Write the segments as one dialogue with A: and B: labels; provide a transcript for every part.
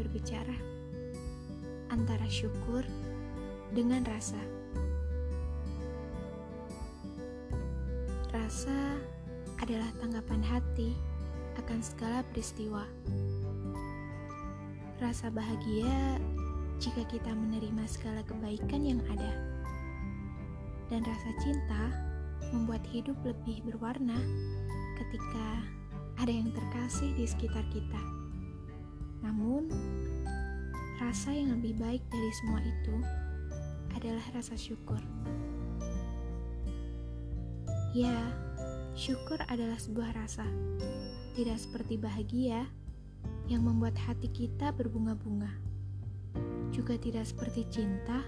A: berbicara antara syukur dengan rasa. Rasa adalah tanggapan hati akan segala peristiwa. Rasa bahagia jika kita menerima segala kebaikan yang ada. Dan rasa cinta membuat hidup lebih berwarna ketika ada yang terkasih di sekitar kita. Namun, rasa yang lebih baik dari semua itu adalah rasa syukur. Ya, syukur adalah sebuah rasa, tidak seperti bahagia yang membuat hati kita berbunga-bunga. Juga tidak seperti cinta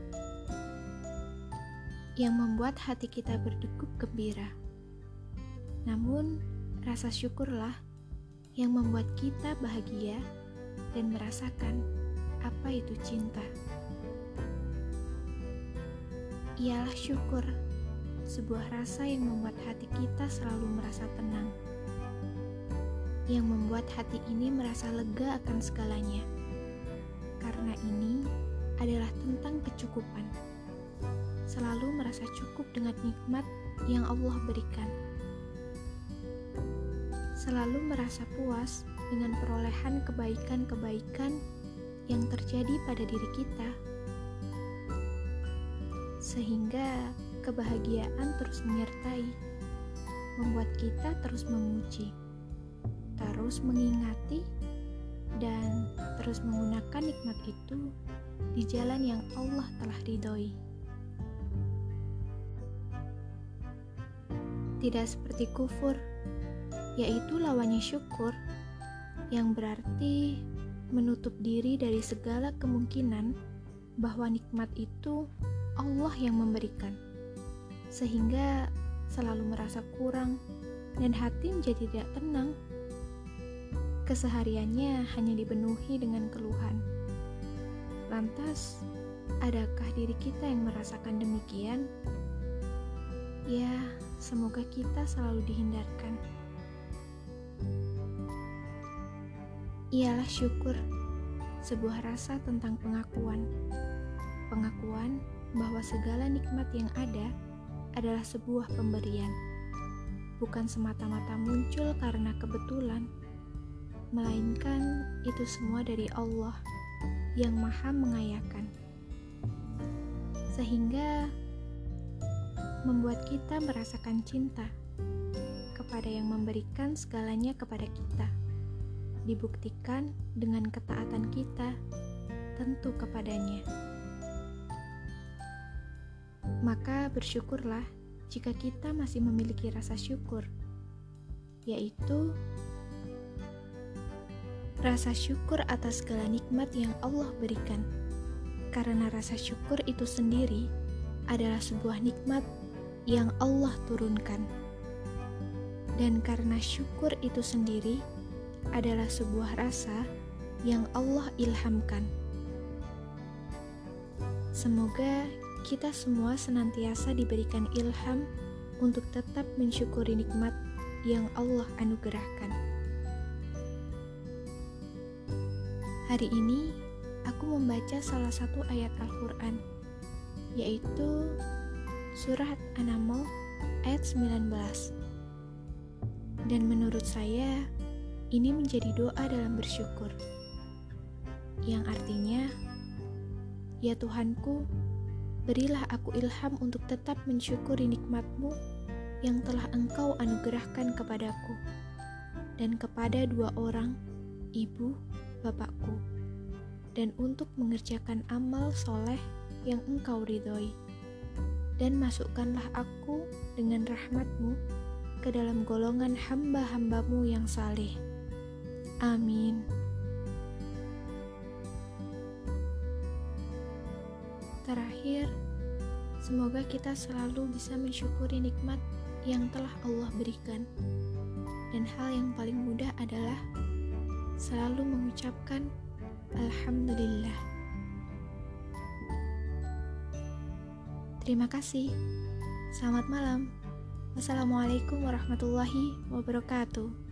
A: yang membuat hati kita berdegup gembira. Namun, rasa syukurlah yang membuat kita bahagia dan merasakan apa itu cinta. Ialah syukur, sebuah rasa yang membuat hati kita selalu merasa tenang, yang membuat hati ini merasa lega akan segalanya. Karena ini adalah tentang kecukupan. Selalu merasa cukup dengan nikmat yang Allah berikan. Selalu merasa puas dengan perolehan kebaikan-kebaikan yang terjadi pada diri kita. Sehingga kebahagiaan terus menyertai, membuat kita terus memuji, terus mengingati, dan terus menggunakan nikmat itu di jalan yang Allah telah ridhoi. Tidak seperti kufur, yaitu lawannya syukur, yang berarti menutup diri dari segala kemungkinan bahwa nikmat itu Allah yang memberikan, sehingga selalu merasa kurang dan hati menjadi tidak tenang. Kesehariannya hanya dipenuhi dengan keluhan. Lantas, adakah diri kita yang merasakan demikian? Ya, semoga kita selalu dihindarkan. Ialah syukur, sebuah rasa tentang pengakuan. Pengakuan bahwa segala nikmat yang ada adalah sebuah pemberian, bukan semata-mata muncul karena kebetulan, melainkan itu semua dari Allah yang Maha Mengayakan, sehingga membuat kita merasakan cinta kepada yang memberikan segalanya kepada kita, dibuktikan dengan ketaatan kita tentu kepadanya. Maka bersyukurlah jika kita masih memiliki rasa syukur, yaitu rasa syukur atas segala nikmat yang Allah berikan. Karena rasa syukur itu sendiri adalah sebuah nikmat yang Allah turunkan. Dan karena syukur itu sendiri adalah sebuah rasa yang Allah ilhamkan. Semoga kita semua senantiasa diberikan ilham untuk tetap mensyukuri nikmat yang Allah anugerahkan. Hari ini, aku membaca salah satu ayat Al-Quran, yaitu Surat An-Naml ayat 19. Dan menurut saya, ini menjadi doa dalam bersyukur, yang artinya, ya Tuhanku, berilah aku ilham untuk tetap mensyukuri nikmat-Mu yang telah Engkau anugerahkan kepadaku dan kepada dua orang, ibu, bapakku, dan untuk mengerjakan amal soleh yang Engkau ridhoi. Dan masukkanlah aku dengan rahmat-Mu ke dalam golongan hamba-hamba-Mu yang saleh. Amin. Terakhir, semoga kita selalu bisa mensyukuri nikmat yang telah Allah berikan. Dan hal yang paling mudah adalah selalu mengucapkan Alhamdulillah. Terima kasih. Selamat malam. Wassalamualaikum warahmatullahi wabarakatuh.